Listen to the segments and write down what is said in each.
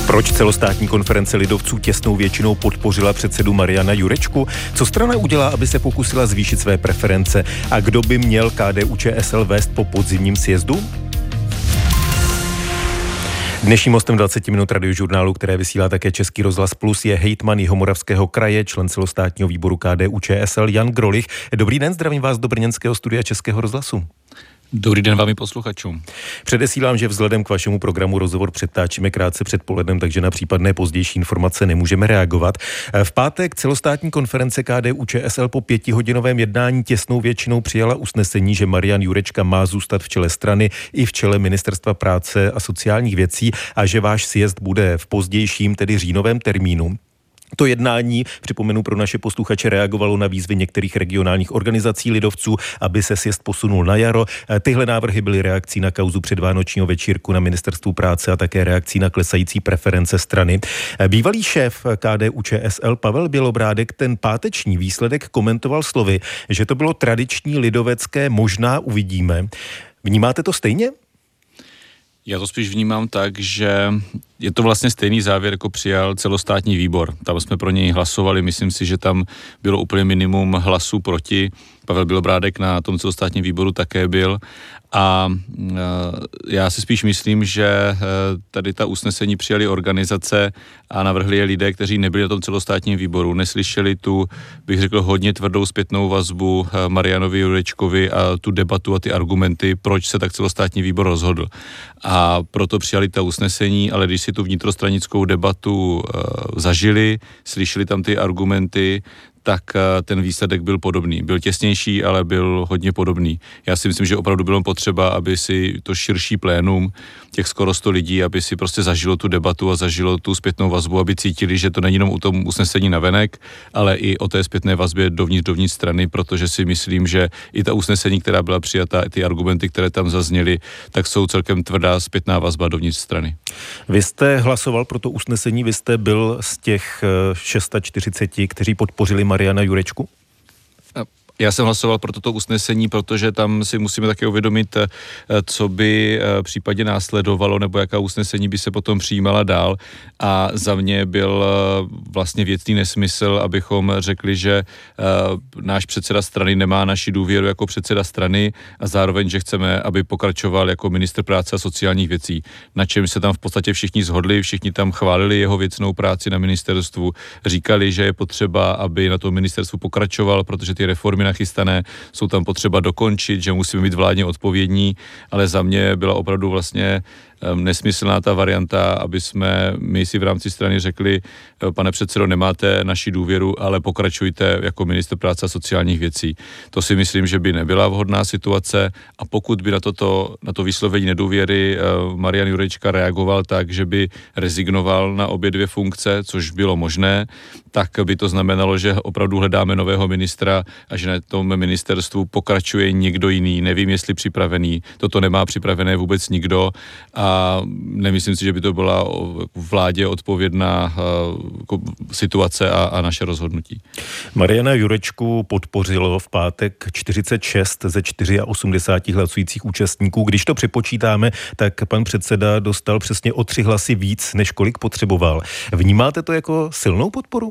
Proč celostátní konference lidovců těsnou většinou podpořila předsedu Mariana Jurečku? Co strana udělá, aby se pokusila zvýšit své preference? A kdo by měl KDU-ČSL vést po podzimním sjezdu? Dnešním hostem 20 minut radiožurnálu, které vysílá také Český rozhlas Plus, je hejtman Jihomoravského kraje, člen celostátního výboru KDU-ČSL Jan Grolich. Dobrý den, zdravím vás do brněnského studia Českého rozhlasu. Dobrý den vám i posluchačům. Předesílám, že vzhledem k vašemu programu rozhovor přetáčíme krátce před polednem, takže na případné pozdější informace nemůžeme reagovat. V pátek celostátní konference KDU-ČSL po 5hodinovém jednání těsnou většinou přijala usnesení, že Marian Jurečka má zůstat v čele strany i v čele Ministerstva práce a sociálních věcí a že váš sjezd bude v pozdějším, tedy říjnovém termínu. To jednání, připomenu pro naše posluchače, reagovalo na výzvy některých regionálních organizací lidovců, aby se sjezd posunul na jaro. Tyhle návrhy byly reakcí na kauzu předvánočního večírku na Ministerstvu práce a také reakcí na klesající preference strany. Bývalý šéf KDU-ČSL Pavel Bělobrádek ten páteční výsledek komentoval slovy, že to bylo tradiční lidovecké, možná uvidíme. Vnímáte to stejně? Já to spíš vnímám tak, že je to vlastně stejný závěr, jako přijal celostátní výbor. Tam jsme pro něj hlasovali, myslím si, že tam bylo úplně minimum hlasů proti. Pavel Bělobrádek na tom celostátním výboru také byl. A já si spíš myslím, že tady ta usnesení přijali organizace a navrhli je lidé, kteří nebyli na tom celostátním výboru, neslyšeli tu, bych řekl, hodně tvrdou zpětnou vazbu Marianovi Jurečkovi a tu debatu a ty argumenty, proč se tak celostátní výbor rozhodl. A proto přijali ta usnesení, ale když si tu vnitrostranickou debatu zažili, slyšeli tam ty argumenty, tak ten výsledek byl podobný. Byl těsnější, ale byl hodně podobný. Já si myslím, že opravdu bylo potřeba, aby si to širší plénum, těch skoro 100 lidí, aby si prostě zažilo tu debatu a zažilo tu zpětnou vazbu, aby cítili, že to není jenom u tom usnesení navenek, ale i o té zpětné vazbě dovnitř strany, protože si myslím, že i ta usnesení, která byla přijata, ty argumenty, které tam zazněly, tak jsou celkem tvrdá zpětná vazba dovnitř strany. Vy jste hlasoval pro to usnesení, vy jste byl z těch 640, kteří podpořili Mariana Jurečku? Já jsem hlasoval pro toto usnesení, protože tam si musíme také uvědomit, co by případně následovalo, nebo jaká usnesení by se potom přijímala dál. A za mě byl vlastně věcný nesmysl, abychom řekli, že náš předseda strany nemá naši důvěru jako předseda strany a zároveň, že chceme, aby pokračoval jako ministr práce a sociálních věcí. Na čem se tam v podstatě všichni shodli, všichni tam chválili jeho věcnou práci na ministerstvu, říkali, že je potřeba, aby na tom ministerstvu pokračoval, protože ty reformy nachystané jsou tam potřeba dokončit, že musíme být vládně odpovědní, ale za mě byla opravdu vlastně nesmyslná ta varianta, aby jsme my si v rámci strany řekli, pane předsedo, nemáte naši důvěru, ale pokračujte jako ministr práce a sociálních věcí. To si myslím, že by nebyla vhodná situace a pokud by na to vyslovení nedůvěry Marian Jurečka reagoval tak, že by rezignoval na obě dvě funkce, což bylo možné, tak by to znamenalo, že opravdu hledáme nového ministra a že na tom ministerstvu pokračuje někdo jiný, nevím, jestli připravený, toto nemá připravené vůbec nikdo a nemyslím si, že by to byla vládě odpovědná situace a naše rozhodnutí. Mariana Jurečku podpořilo v pátek 46 ze 84 hlasujících účastníků. Když to připočítáme, tak pan předseda dostal přesně o 3 hlasy víc, než kolik potřeboval. Vnímáte to jako silnou podporu?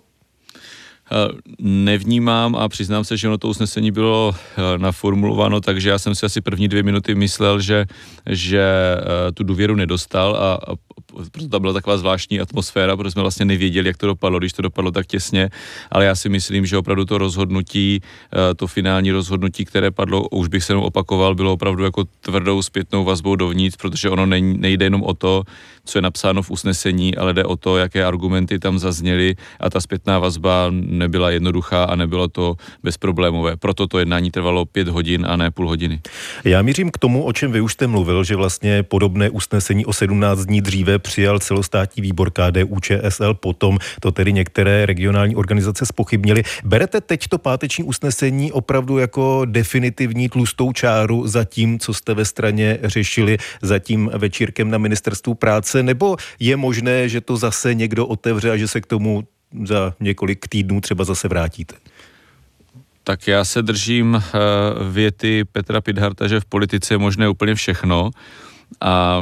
Nevnímám a přiznám se, že ono to usnesení bylo naformulováno, takže já jsem si asi první 2 minuty myslel, že tu důvěru nedostal a proto tam byla taková zvláštní atmosféra, protože jsme vlastně nevěděli, jak to dopadlo, když to dopadlo tak těsně, ale já si myslím, že opravdu to rozhodnutí, to finální rozhodnutí, které padlo, už bych se jenom opakoval, bylo opravdu jako tvrdou zpětnou vazbou dovnitř, protože ono nejde jenom o to, co je napsáno v usnesení, ale jde o to, jaké argumenty tam zazněly a ta zpětná vazba nebyla jednoduchá a nebylo to bezproblémové. Proto to jednání trvalo 5 hodin a ne půl hodiny. Já mířím k tomu, o čem vy už jste mluvil, že vlastně podobné usnesení o 17 dní dříve přijal celostátní výbor KDU-ČSL, potom to tedy některé regionální organizace zpochybnily. Berete teď to páteční usnesení opravdu jako definitivní tlustou čáru za tím, co jste ve straně řešili, za tím večírkem na Ministerstvu práce, nebo je možné, že to zase někdo otevře a že se k tomu za několik týdnů třeba zase vrátíte? Tak já se držím věty Petra Pidharta, že v politice je možné úplně všechno a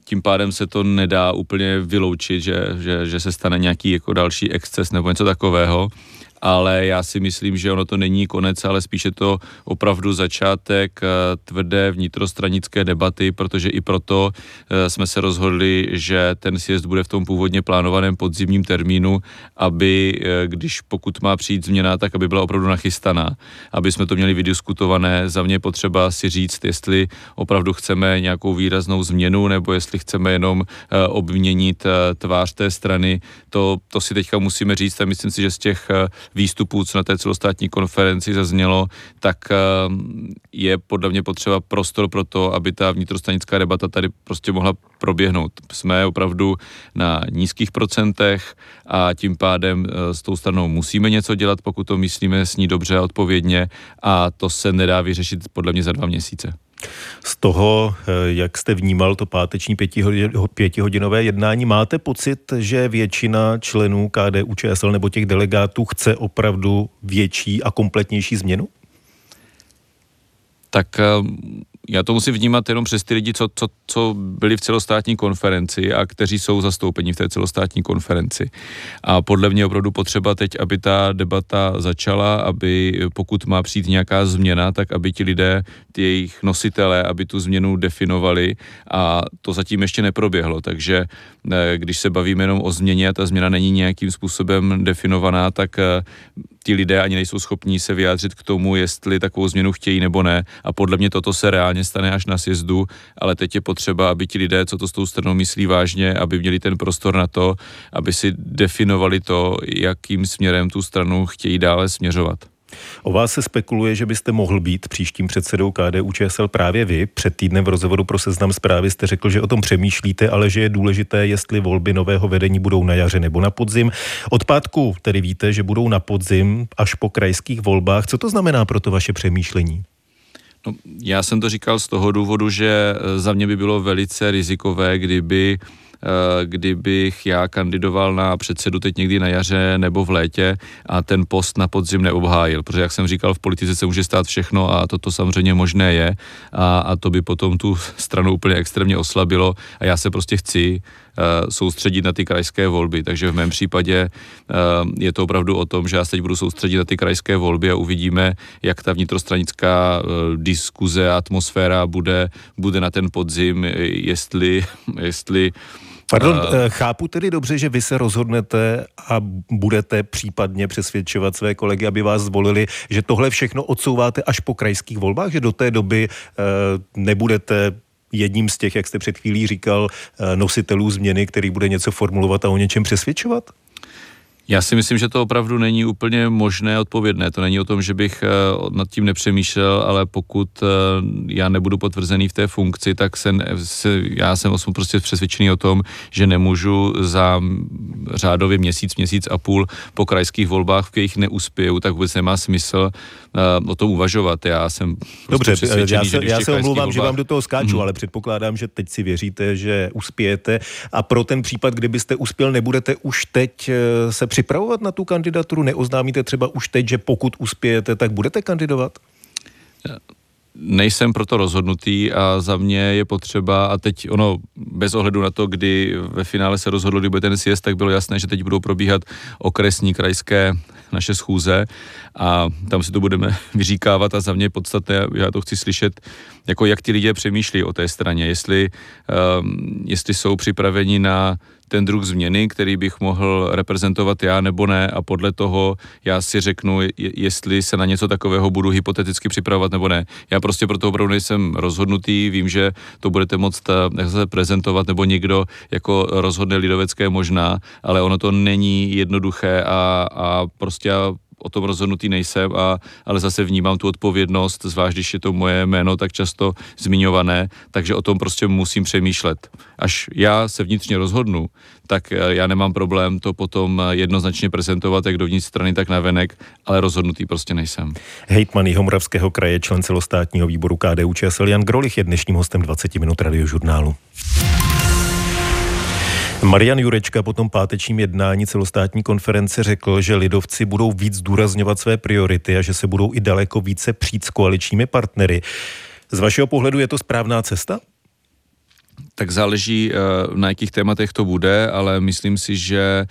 tím pádem se to nedá úplně vyloučit, že se stane nějaký jako další exces nebo něco takového. Ale já si myslím, že ono to není konec, ale spíše to opravdu začátek tvrdé vnitrostranické debaty, protože i proto jsme se rozhodli, že ten sjezd bude v tom původně plánovaném podzimním termínu, aby, pokud má přijít změna, tak aby byla opravdu nachystaná, aby jsme to měli vydiskutované. Za mě potřeba si říct, jestli opravdu chceme nějakou výraznou změnu, nebo jestli chceme jenom obměnit tvář té strany. To si teďka musíme říct a myslím si, že z těch výstupů, co na té celostátní konferenci zaznělo, tak je podle mě potřeba prostor pro to, aby ta vnitrostranická debata tady prostě mohla proběhnout. Jsme opravdu na nízkých procentech a tím pádem s tou stranou musíme něco dělat, pokud to myslíme s ní dobře a odpovědně, a to se nedá vyřešit podle mě za 2 měsíce. Z toho, jak jste vnímal to páteční 5hodinové jednání, máte pocit, že většina členů KDU-ČSL nebo těch delegátů chce opravdu větší a kompletnější změnu? Tak já to musím vnímat jenom přes ty lidi, co byli v celostátní konferenci a kteří jsou zastoupeni v té celostátní konferenci. A podle mě opravdu potřeba teď, aby ta debata začala, aby pokud má přijít nějaká změna, tak aby ti lidé, ty jejich nositelé, aby tu změnu definovali, a to zatím ještě neproběhlo. Takže když se bavíme jenom o změně a ta změna není nějakým způsobem definovaná, tak ti lidé ani nejsou schopní se vyjádřit k tomu, jestli takovou změnu chtějí nebo ne. A podle mě toto se reálně stane až na sjezdu, ale teď je potřeba, aby ti lidé, co to s tou stranou myslí vážně, aby měli ten prostor na to, aby si definovali to, jakým směrem tu stranu chtějí dále směřovat. O vás se spekuluje, že byste mohl být příštím předsedou KDU-ČSL právě vy. Před týdnem v rozhovoru pro Seznam Zprávy jste řekl, že o tom přemýšlíte, ale že je důležité, jestli volby nového vedení budou na jaře nebo na podzim. Od pátku tedy víte, že budou na podzim až po krajských volbách. Co to znamená pro to vaše přemýšlení? No, já jsem to říkal z toho důvodu, že za mě by bylo velice rizikové, kdybych já kandidoval na předsedu teď někdy na jaře nebo v létě a ten post na podzim neobhájil, protože jak jsem říkal, v politice se může stát všechno a toto samozřejmě možné je a to by potom tu stranu úplně extrémně oslabilo a já se prostě chci soustředit na ty krajské volby, takže v mém případě je to opravdu o tom, že já se teď budu soustředit na ty krajské volby a uvidíme, jak ta vnitrostranická diskuze a atmosféra bude na ten podzim, jestli Pardon, chápu tedy dobře, že vy se rozhodnete a budete případně přesvědčovat své kolegy, aby vás zvolili, že tohle všechno odsouváte až po krajských volbách, že do té doby nebudete jedním z těch, jak jste před chvílí říkal, nositelů změny, který bude něco formulovat a o něčem přesvědčovat? Já si myslím, že to opravdu není úplně možné, odpovědné. To není o tom, že bych nad tím nepřemýšlel, ale pokud já nebudu potvrzený v té funkci, tak já jsem prostě přesvědčený o tom, že nemůžu za řádově měsíc a půl po krajských volbách, v kterých neuspěju, tak vůbec nemá smysl o tom uvažovat. Já jsem dobře, přesvědčený, já se omlouvám, že vám do toho skáču, ale předpokládám, že teď si věříte, že uspějete a pro ten případ, kdybyste uspěl, nebudete už teď se připravovat na tu kandidaturu? Neoznámíte třeba už teď, že pokud uspějete, tak budete kandidovat? Nejsem proto rozhodnutý a za mě je potřeba, a teď bez ohledu na to, kdy ve finále se rozhodlo, kdy bude ten sjezd, tak bylo jasné, že teď budou probíhat okresní, krajské naše schůze a tam si to budeme vyříkávat a za mě je podstatné, já to chci slyšet, jako jak ti lidé přemýšlí o té straně, jestli jsou připraveni na ten druh změny, který bych mohl reprezentovat já nebo ne a podle toho já si řeknu, jestli se na něco takového budu hypoteticky připravovat nebo ne. Já prostě proto opravdu nejsem rozhodnutý, vím, že to budete moct se prezentovat nebo někdo jako rozhodne lidovecké možná, ale ono to není jednoduché a prostě já o tom rozhodnutý nejsem, ale zase vnímám tu odpovědnost, zvlášť když je to moje jméno tak často zmiňované, takže o tom prostě musím přemýšlet. Až já se vnitřně rozhodnu, tak já nemám problém to potom jednoznačně prezentovat jak dovnitř strany, tak navenek, ale rozhodnutý prostě nejsem. Hejtman Jihomoravského kraje, člen celostátního výboru KDU-ČSL Jan Grolich je dnešním hostem 20 minut Radiožurnálu. Marian Jurečka po tom pátečním jednání celostátní konference řekl, že lidovci budou víc zdůrazňovat své priority a že se budou i daleko více přít s koaličními partnery. Z vašeho pohledu je to správná cesta? Tak záleží, na jakých tématech to bude, ale myslím si, že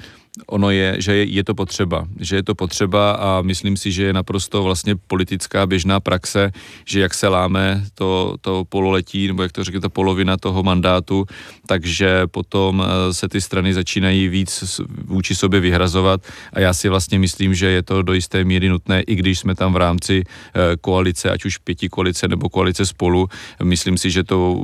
je to potřeba. Že je to potřeba a myslím si, že je naprosto vlastně politická běžná praxe, že jak se láme to pololetí, nebo jak to řekne, ta polovina toho mandátu, takže potom se ty strany začínají víc vůči sobě vyhrazovat a já si vlastně myslím, že je to do jisté míry nutné, i když jsme tam v rámci koalice, ať už pětikoalice nebo koalice Spolu. Myslím si, že to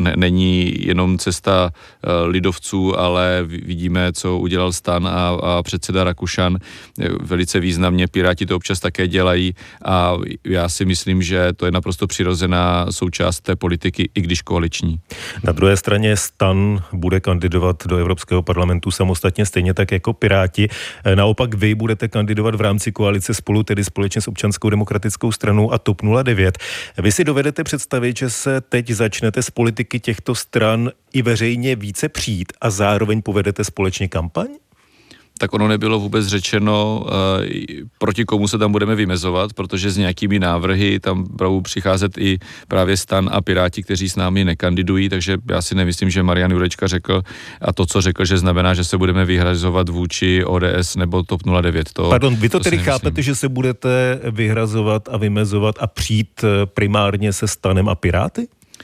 není jenom cesta lidovců, ale vidíme, co udělal STAN a předseda Rakušan. Velice významně, Piráti to občas také dělají a já si myslím, že to je naprosto přirozená součást té politiky, i když koaliční. Na druhé straně STAN bude kandidovat do Evropského parlamentu samostatně, stejně tak jako Piráti. Naopak vy budete kandidovat v rámci koalice Spolu, tedy společně s Občanskou demokratickou stranou a TOP 09. Vy si dovedete představit, že se teď začnete z politiky těchto stran i veřejně více přijít a zároveň povedete společně kampaň? Tak ono nebylo vůbec řečeno, proti komu se tam budeme vymezovat, protože s nějakými návrhy tam budou přicházet i právě STAN a Piráti, kteří s námi nekandidují, takže já si nemyslím, že Marian Jurečka řekl a to, co řekl, že znamená, že se budeme vyhrazovat vůči ODS nebo TOP 09. Pardon, vy to tedy chápete, že se budete vyhrazovat a vymezovat a přijít primárně se STANem a Piráty?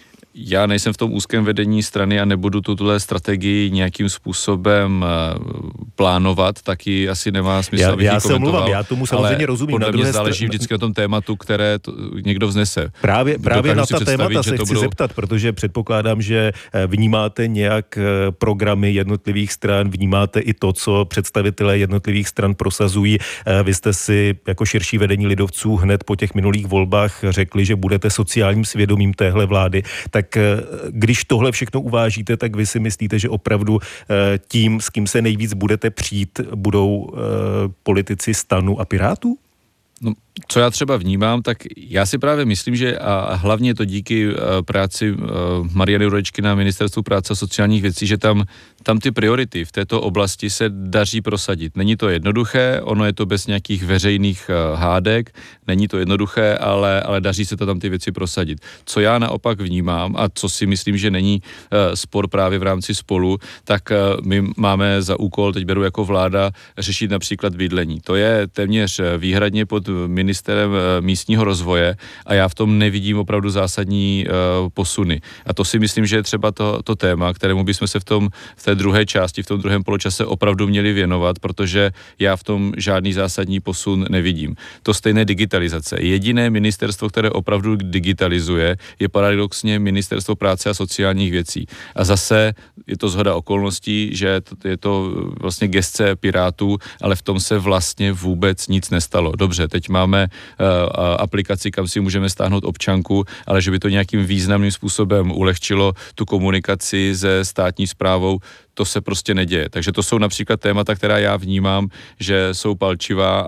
Já nejsem v tom úzkém vedení strany a nebudu tuhle strategii nějakým způsobem plánovat, taky asi nemá smysl, abych ji komentoval. Já tomu samozřejmě rozumím. Podle mě záleží vždycky na tom tématu, které někdo vznese. Právě na ta témata se chci zeptat, protože předpokládám, že vnímáte nějak programy jednotlivých stran, vnímáte i to, co představitelé jednotlivých stran prosazují. Vy jste si jako širší vedení lidovců hned po těch minulých volbách řekli, že budete sociálním svědomím téhle vlády. Tak když tohle všechno uvážíte, tak vy si myslíte, že opravdu tím, s kým se nejvíc budete přijít, budou politici STANu a Pirátů? No, co já třeba vnímám, tak já si právě myslím, že a hlavně to díky práci Mariany Jurečky na Ministerstvu práce a sociálních věcí, že tam ty priority v této oblasti se daří prosadit. Není to jednoduché, ono je to bez nějakých veřejných hádek, není to jednoduché, ale daří se to tam ty věci prosadit. Co já naopak vnímám a co si myslím, že není spor právě v rámci Spolu, tak my máme za úkol, teď beru jako vláda, řešit například bydlení. To je téměř výhradně pod ministrem místního rozvoje a já v tom nevidím opravdu zásadní posuny. A to si myslím, že je třeba to téma, kterému bychom se v té druhé části, v tom druhém poločase opravdu měli věnovat, protože já v tom žádný zásadní posun nevidím. To stejné digitalizace. Jediné ministerstvo, které opravdu digitalizuje, je paradoxně Ministerstvo práce a sociálních věcí. A zase je to shoda okolností, že je to vlastně gesce Pirátů, ale v tom se vlastně vůbec nic nestalo. Dobře, teď máme aplikaci, kam si můžeme stáhnout občanku, ale že by to nějakým významným způsobem ulehčilo tu komunikaci se státní správou, to se prostě neděje. Takže to jsou například témata, která já vnímám, že jsou palčivá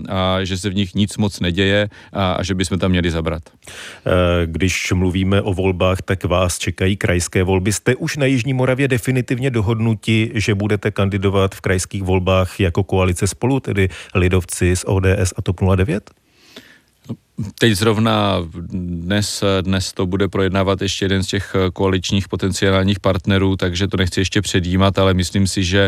a že se v nich nic moc neděje a že bychom tam měli zabrat. Když mluvíme o volbách, tak vás čekají krajské volby. Jste už na Jižní Moravě definitivně dohodnuti, že budete kandidovat v krajských volbách jako koalice Spolu, tedy lidovci z ODS a TOP 09? Teď zrovna dnes to bude projednávat ještě jeden z těch koaličních potenciálních partnerů, takže to nechci ještě předjímat, ale myslím si, že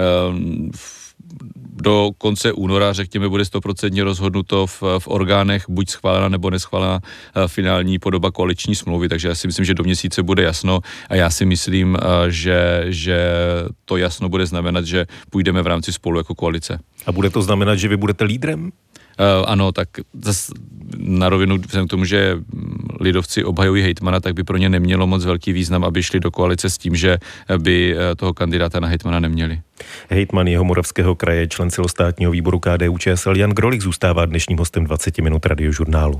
do konce února, řekněme, bude 100% rozhodnuto v orgánech buď schválena nebo neschválena finální podoba koaliční smlouvy, takže já si myslím, že do měsíce bude jasno a já si myslím, že to jasno bude znamenat, že půjdeme v rámci Spolu jako koalice. A bude to znamenat, že vy budete lídrem? Ano, tak zase na rovinu, vzhledem k tomu, že lidovci obhajují hejtmana, tak by pro ně nemělo moc velký význam, aby šli do koalice s tím, že by toho kandidáta na hejtmana neměli. Hejtman Jihomoravského kraje, člen celostátního výboru KDU-ČSL Jan Grolich zůstává dnešním hostem 20 minut Radiožurnálu.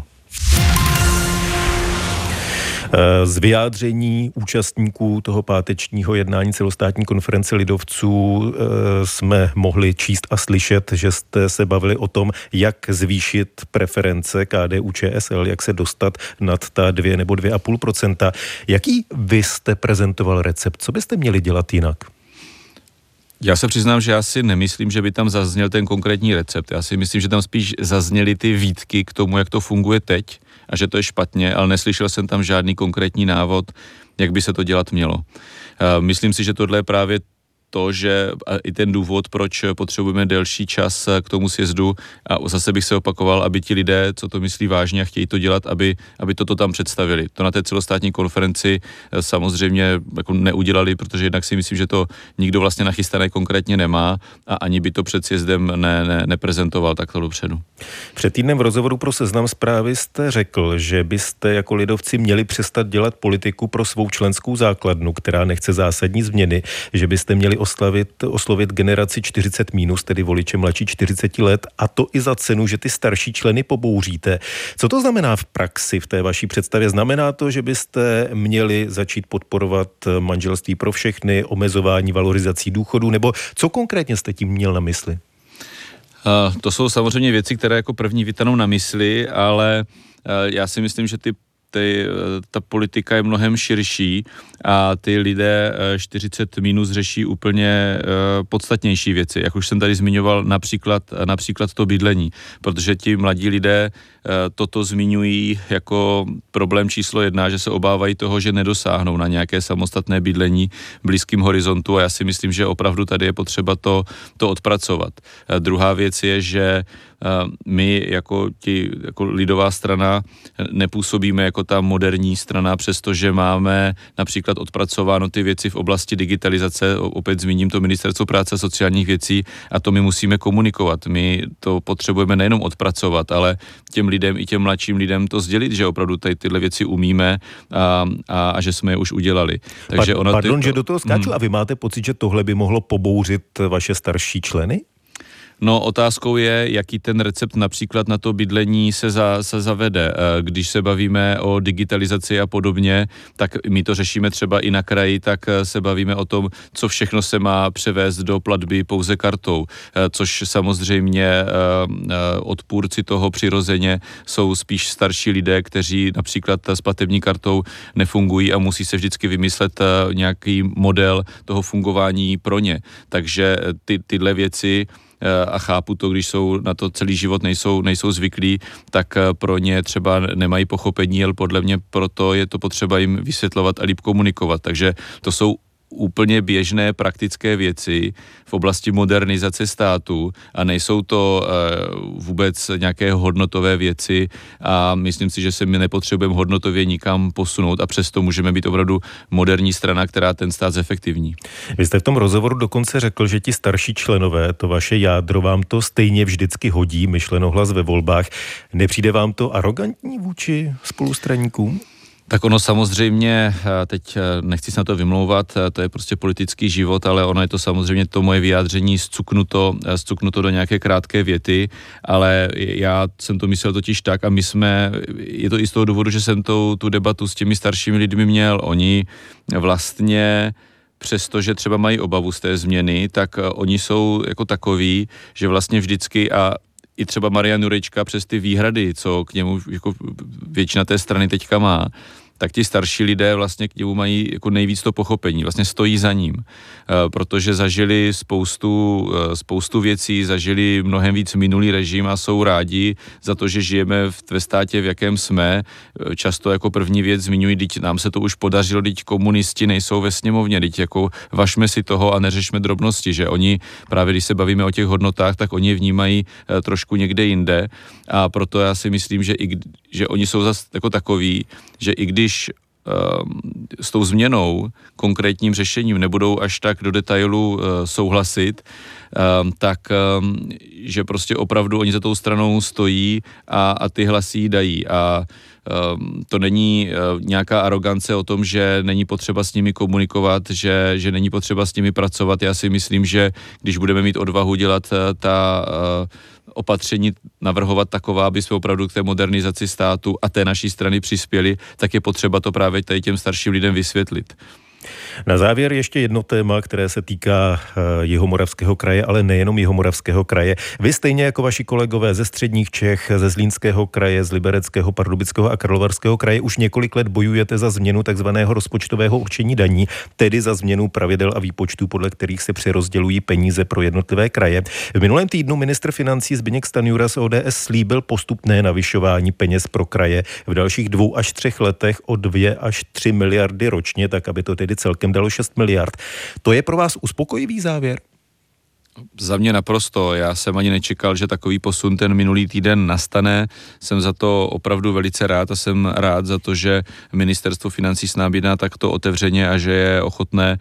Z vyjádření účastníků toho pátečního jednání celostátní konference lidovců jsme mohli číst a slyšet, že jste se bavili o tom, jak zvýšit preference KDU-ČSL, jak se dostat nad ta 2 nebo 2,5%. Jaký vy jste prezentoval recept? Co byste měli dělat jinak? Já se přiznám, že já si nemyslím, že by tam zazněl ten konkrétní recept. Já si myslím, že tam spíš zazněly ty výtky k tomu, jak to funguje teď a že to je špatně, ale neslyšel jsem tam žádný konkrétní návod, jak by se to dělat mělo. Myslím si, že tohle je právě to, že i ten důvod, proč potřebujeme delší čas k tomu sjezdu a zase bych se opakoval, aby ti lidé, co to myslí vážně a chtějí to dělat, aby toto tam představili. To na té celostátní konferenci samozřejmě jako neudělali, protože jednak si myslím, že to nikdo vlastně nachystané konkrétně nemá a ani by to před sjezdem neprezentoval takto dopředu. Před týdnem v rozhovoru pro Seznam Zprávy jste řekl, že byste jako lidovci měli přestat dělat politiku pro svou členskou základnu, která nechce zásadní změny, že byste měli oslovit generaci 40-, tedy voliče mladší 40 let, a to i za cenu, že ty starší členy pobouříte. Co to znamená v praxi v té vaší představě? Znamená to, že byste měli začít podporovat manželství pro všechny, omezování valorizací důchodů, nebo co konkrétně jste tím měl na mysli? To jsou samozřejmě věci, které jako první vytanou na mysli, ale já si myslím, že ta politika je mnohem širší a ty lidé 40- řeší úplně podstatnější věci. Jak už jsem tady zmiňoval, například to bydlení, protože ti mladí lidé toto zmiňují jako problém číslo 1, že se obávají toho, že nedosáhnou na nějaké samostatné bydlení v blízkém horizontu a já si myslím, že opravdu tady je potřeba to odpracovat. Druhá věc je, že my jako lidová strana nepůsobíme jako ta moderní strana, přestože máme například odpracováno ty věci v oblasti digitalizace, opět zmíním to Ministerstvo práce a sociálních věcí a to my musíme komunikovat. My to potřebujeme nejenom odpracovat, ale těm lidem i těm mladším lidem to sdělit, že opravdu tady tyhle věci umíme a že jsme je už udělali. Takže že do toho skáču. A vy máte pocit, že tohle by mohlo pobouřit vaše starší členy? No, otázkou je, jaký ten recept například na to bydlení se zavede. Když se bavíme o digitalizaci a podobně, tak my to řešíme třeba i na kraji, tak se bavíme o tom, co všechno se má převést do platby pouze kartou, což samozřejmě odpůrci toho přirozeně jsou spíš starší lidé, kteří například s platební kartou nefungují a musí se vždycky vymyslet nějaký model toho fungování pro ně. Takže tyhle věci a chápu to, když jsou na to celý život nejsou zvyklí, tak pro ně třeba nemají pochopení, ale podle mě proto je to potřeba jim vysvětlovat a líp komunikovat. Takže to jsou úplně běžné praktické věci v oblasti modernizace státu a nejsou to vůbec nějaké hodnotové věci a myslím si, že se my nepotřebujeme hodnotově nikam posunout a přesto můžeme být opravdu moderní strana, která ten stát zefektivní. Vy jste v tom rozhovoru dokonce řekl, že ti starší členové, to vaše jádro, vám to stejně vždycky hodí, myšleno hlas ve volbách. Nepřijde vám to arrogantní vůči spolustraníkům? Tak ono samozřejmě, teď nechci se na to vymlouvat, to je prostě politický život, ale ono je to samozřejmě to moje vyjádření zcuknuto do nějaké krátké věty, ale já jsem to myslel totiž tak a je to i z toho důvodu, že jsem tu debatu s těmi staršími lidmi měl. Oni vlastně přestože třeba mají obavu z té změny, tak oni jsou jako takoví, že vlastně vždycky a i třeba Marian Jurečka přes ty výhrady, co k němu jako většina té strany teďka má, tak ti starší lidé vlastně k němu mají jako nejvíc to pochopení, vlastně stojí za ním, protože zažili spoustu věcí, zažili mnohem víc minulý režim a jsou rádi za to, že žijeme ve státě, v jakém jsme. Často jako první věc zmiňují, teď nám se to už podařilo, teď komunisti nejsou ve sněmovně, teď jako važme si toho a neřešme drobnosti, že oni právě když se bavíme o těch hodnotách, tak oni je vnímají trošku někde jinde a proto já si myslím, že oni jsou zase jako takový, že i když s tou změnou, konkrétním řešením nebudou až tak do detailu souhlasit, tak že prostě opravdu oni za tou stranou stojí a ty hlasy jí dají a to není nějaká arogance o tom, že není potřeba s nimi komunikovat, že není potřeba s nimi pracovat. Já si myslím, že když budeme mít odvahu dělat ta opatření navrhovat taková, aby jsme opravdu k té modernizaci státu a té naší strany přispěli, tak je potřeba to právě tady těm starším lidem vysvětlit. Na závěr ještě jedno téma, které se týká Jihomoravského kraje, ale nejenom Jihomoravského kraje. Vy stejně jako vaši kolegové ze středních Čech, ze Zlínského kraje, z Libereckého, Pardubického a Karlovarského kraje už několik let bojujete za změnu takzvaného rozpočtového určení daní, tedy za změnu pravidel a výpočtů, podle kterých se přerozdělují peníze pro jednotlivé kraje. V minulém týdnu ministr financí Zbyněk Stanjura z ODS slíbil postupné navyšování peněz pro kraje v dalších 2 až 3 letech o 2 až 3 miliardy ročně, tak aby to tedy celkem dalo 6 miliard. To je pro vás uspokojivý závěr? Za mě naprosto. Já jsem ani nečekal, že takový posun ten minulý týden nastane. Jsem za to opravdu velice rád a jsem rád za to, že ministerstvo financí s námi jedná takto otevřeně a že je ochotné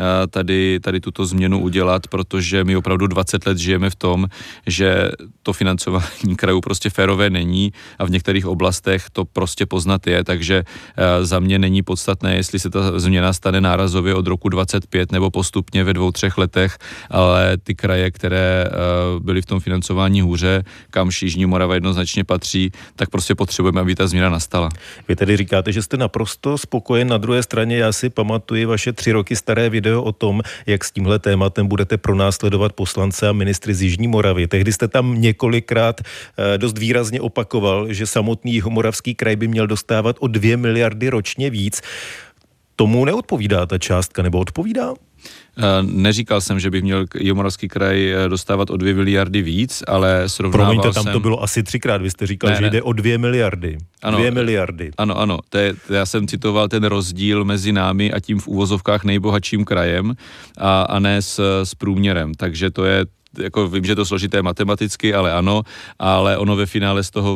tady tuto změnu udělat, protože my opravdu 20 let žijeme v tom, že to financování krajů prostě férové není a v některých oblastech to prostě poznat je, takže za mě není podstatné, jestli se ta změna stane nárazově od roku 25 nebo postupně ve 2-3 letech, ale ty kraje, které byly v tom financování hůře, kamž Jižní Morava jednoznačně patří, tak prostě potřebujeme, aby ta změna nastala. Vy tedy říkáte, že jste naprosto spokojen. Na druhé straně já si pamatuji vaše 3 roky staré video o tom, jak s tímhle tématem budete pronásledovat poslance a ministry z Jižní Moravy. Tehdy jste tam několikrát dost výrazně opakoval, že samotný Jihomoravský kraj by měl dostávat o 2 miliardy ročně víc. Tomu neodpovídá ta částka, nebo odpovídá? Neříkal jsem, že by měl Jihomoravský kraj dostávat o 2 miliardy víc, ale srovnával jsem... Promiňte, tam to bylo asi 3krát, vy jste říkal, že jde o 2 miliardy. Ano, 2 miliardy. Ano, já jsem citoval ten rozdíl mezi námi a tím v úvozovkách nejbohatším krajem a ne s průměrem, takže to je, jako vím, že je to složité matematicky, ale ano, ale ono ve finále z toho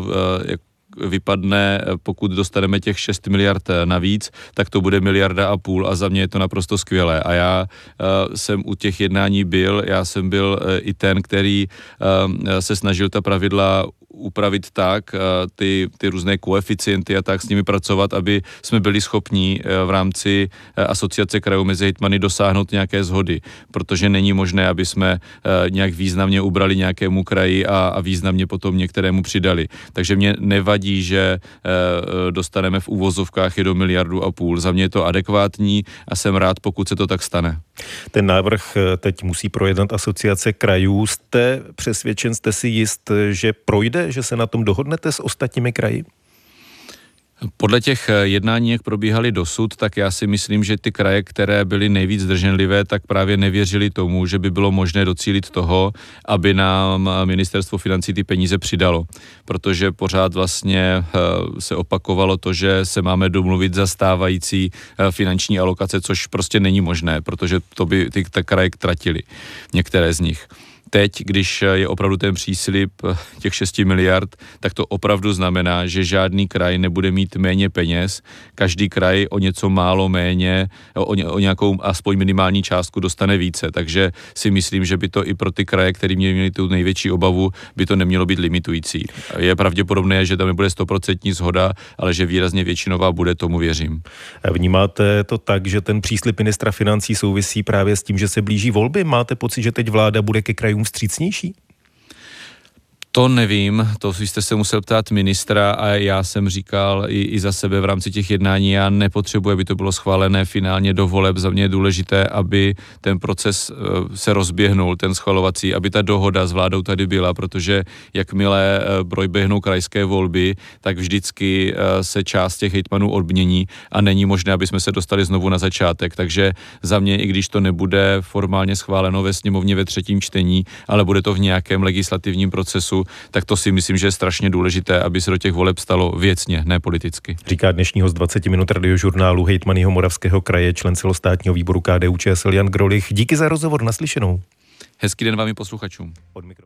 vypadne, pokud dostaneme těch 6 miliard navíc, tak to bude 1,5 miliardy a za mě je to naprosto skvělé. A já jsem u těch jednání byl, já jsem byl i ten, který se snažil ta pravidla upravit tak, ty různé koeficienty a tak s nimi pracovat, aby jsme byli schopni v rámci asociace krajů mezi hejtmany dosáhnout nějaké shody, protože není možné, aby jsme nějak významně ubrali nějakému kraji a významně potom některému přidali. Takže mě nevadí, že dostaneme v úvozovkách 1,5 miliardy. Za mě je to adekvátní a jsem rád, pokud se to tak stane. Ten návrh teď musí projednat asociace krajů. Jste přesvědčen, jste si jist, že projde, že se na tom dohodnete s ostatními kraji? Podle těch jednání, jak probíhaly dosud, tak já si myslím, že ty kraje, které byly nejvíc zdrženlivé, tak právě nevěřili tomu, že by bylo možné docílit toho, aby nám ministerstvo financí ty peníze přidalo. Protože pořád vlastně se opakovalo to, že se máme domluvit za stávající finanční alokace, což prostě není možné, protože to by ty kraje tratily, některé z nich. Teď, když je opravdu ten příslib těch 6 miliard, tak to opravdu znamená, že žádný kraj nebude mít méně peněz, každý kraj o něco málo méně, o nějakou aspoň minimální částku dostane více, takže si myslím, že by to i pro ty kraje, který měli tu největší obavu, by to nemělo být limitující. Je pravděpodobné, že tam nebude 100% shoda, ale že výrazně většinová bude, tomu věřím. Vnímáte to tak, že ten příslib ministra financí souvisí právě s tím, že se blíží volby? Máte pocit, že teď vláda bude ke krajům vstřícnější? To nevím, to jste se musel ptát ministra a já jsem říkal i za sebe v rámci těch jednání, já nepotřebuji, aby to bylo schválené finálně do voleb. Za mě je důležité, aby ten proces se rozběhnul, ten schvalovací, aby ta dohoda s vládou tady byla, protože jakmile proběhnou krajské volby, tak vždycky se část těch hejtmanů odmění a není možné, aby jsme se dostali znovu na začátek. Takže za mě, i když to nebude formálně schváleno ve sněmovně ve 3. čtení, ale bude to v nějakém legislativním procesu, tak to si myslím, že je strašně důležité, aby se do těch voleb stalo věcně, ne politicky. Říká dnešní host 20 minut radiožurnálu hejtman Jihomoravského kraje, člen celostátního výboru KDU-ČSL Jan Grolich. Díky za rozhovor, naslyšenou. Hezký den vám i posluchačům.